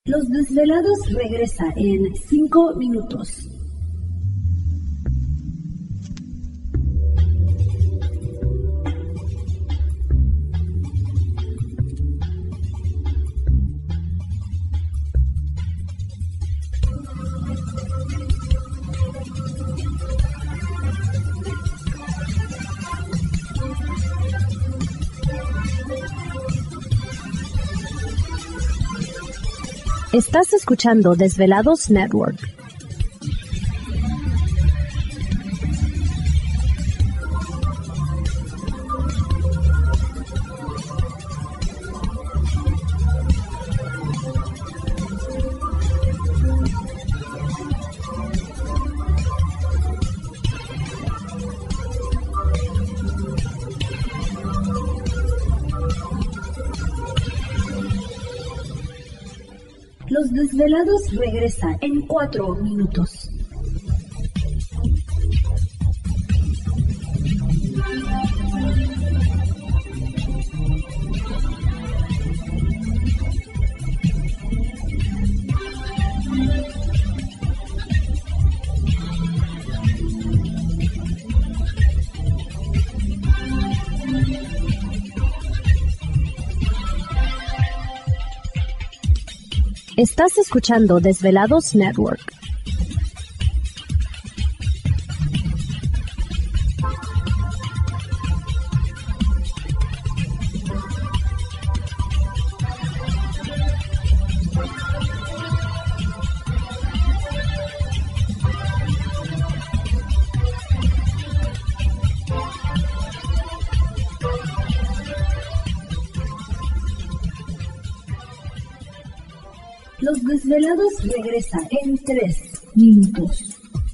Los Desvelados regresa en 5 minutos. Estás escuchando Desvelados Network. Los Desvelados regresa en 4 minutos. Estás escuchando Desvelados Network. Los Desvelados regresa en 3 minutos.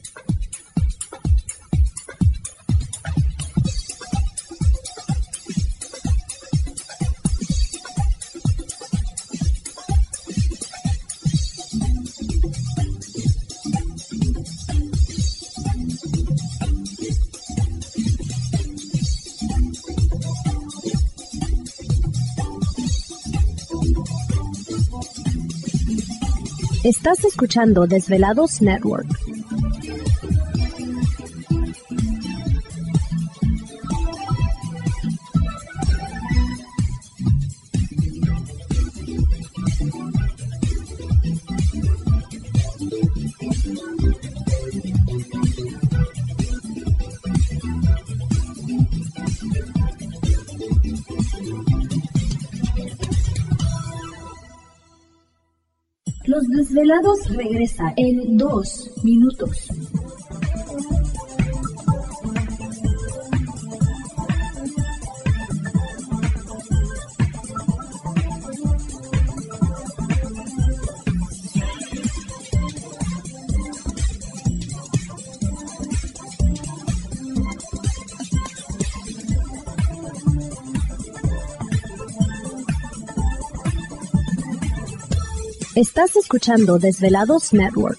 Estás escuchando Desvelados Network. Los Desvelados regresa en 2 minutos. Estás escuchando Desvelados Network.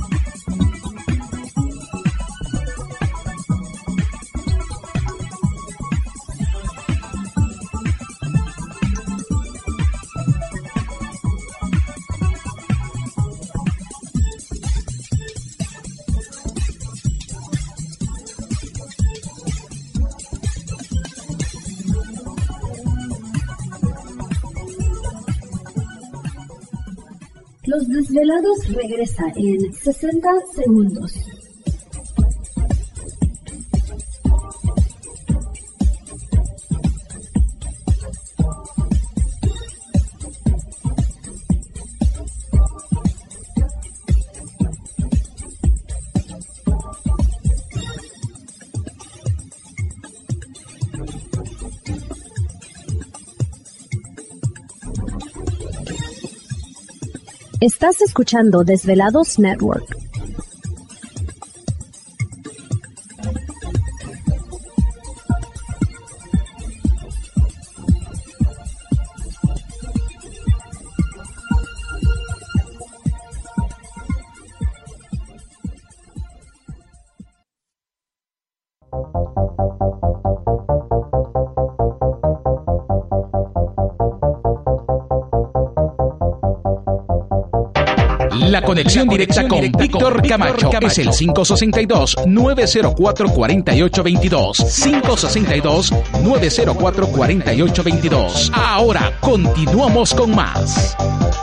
Los Desvelados regresa en 60 segundos. Estás escuchando Desvelados Network. La conexión directa con Víctor Camacho es el 562-904-4822. 562-904-4822. Ahora continuamos con más.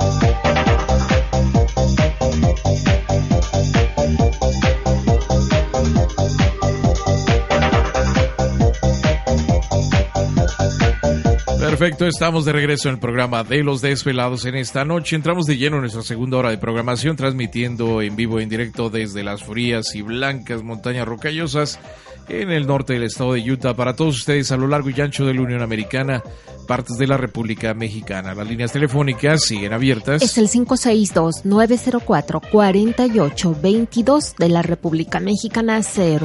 Perfecto, estamos de regreso en el programa de Los Desvelados en esta noche. Entramos de lleno en nuestra segunda hora de programación, transmitiendo en vivo e en directo desde las frías y blancas montañas rocallosas en el norte del estado de Utah para todos ustedes a lo largo y ancho de la Unión Americana, partes de la República Mexicana. Las líneas telefónicas siguen abiertas. Es el 562-904-4822 de la República Mexicana,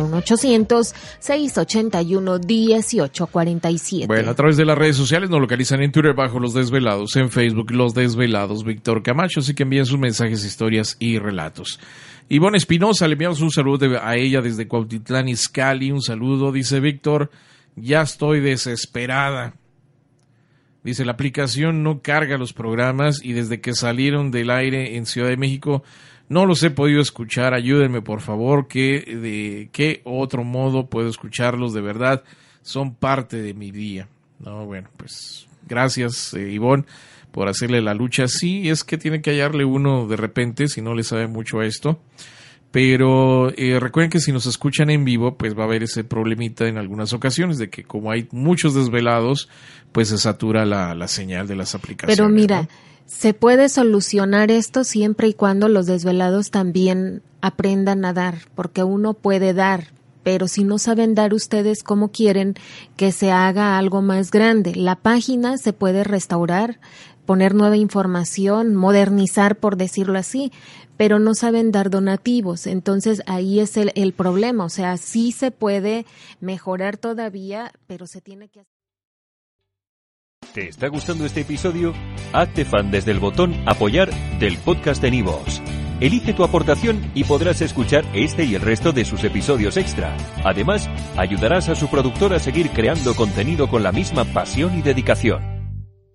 01800-681-1847. Bueno, a través de las redes sociales nos localizan en Twitter bajo Los Desvelados, en Facebook Los Desvelados Víctor Camacho, así que envíen sus mensajes, historias y relatos. Ivonne Espinosa, le enviamos un saludo a ella desde Cuautitlán Izcalli, un saludo, dice Víctor, ya estoy desesperada. Dice, la aplicación no carga los programas y desde que salieron del aire en Ciudad de México no los he podido escuchar. Ayúdenme, por favor, ¿de qué otro modo puedo escucharlos? De verdad, son parte de mi día. No, bueno, pues gracias, Ivonne, por hacerle la lucha. Sí, es que tiene que hallarle uno de repente si no le sabe mucho a esto. Pero recuerden que si nos escuchan en vivo, pues va a haber ese problemita en algunas ocasiones de que como hay muchos desvelados, pues se satura la señal de las aplicaciones. Pero mira, ¿no? Se puede solucionar esto siempre y cuando los desvelados también aprendan a dar, porque uno puede dar, pero si no saben dar ustedes cómo quieren que se haga algo más grande. La página se puede restaurar, poner nueva información, modernizar, por decirlo así, pero no saben dar donativos. Entonces ahí es el problema. O sea, sí se puede mejorar todavía, pero se tiene que hacer. ¿Te está gustando este episodio? Hazte fan desde el botón Apoyar del podcast de Nivos. Elige tu aportación y podrás escuchar este y el resto de sus episodios extra. Además, ayudarás a su productor a seguir creando contenido con la misma pasión y dedicación.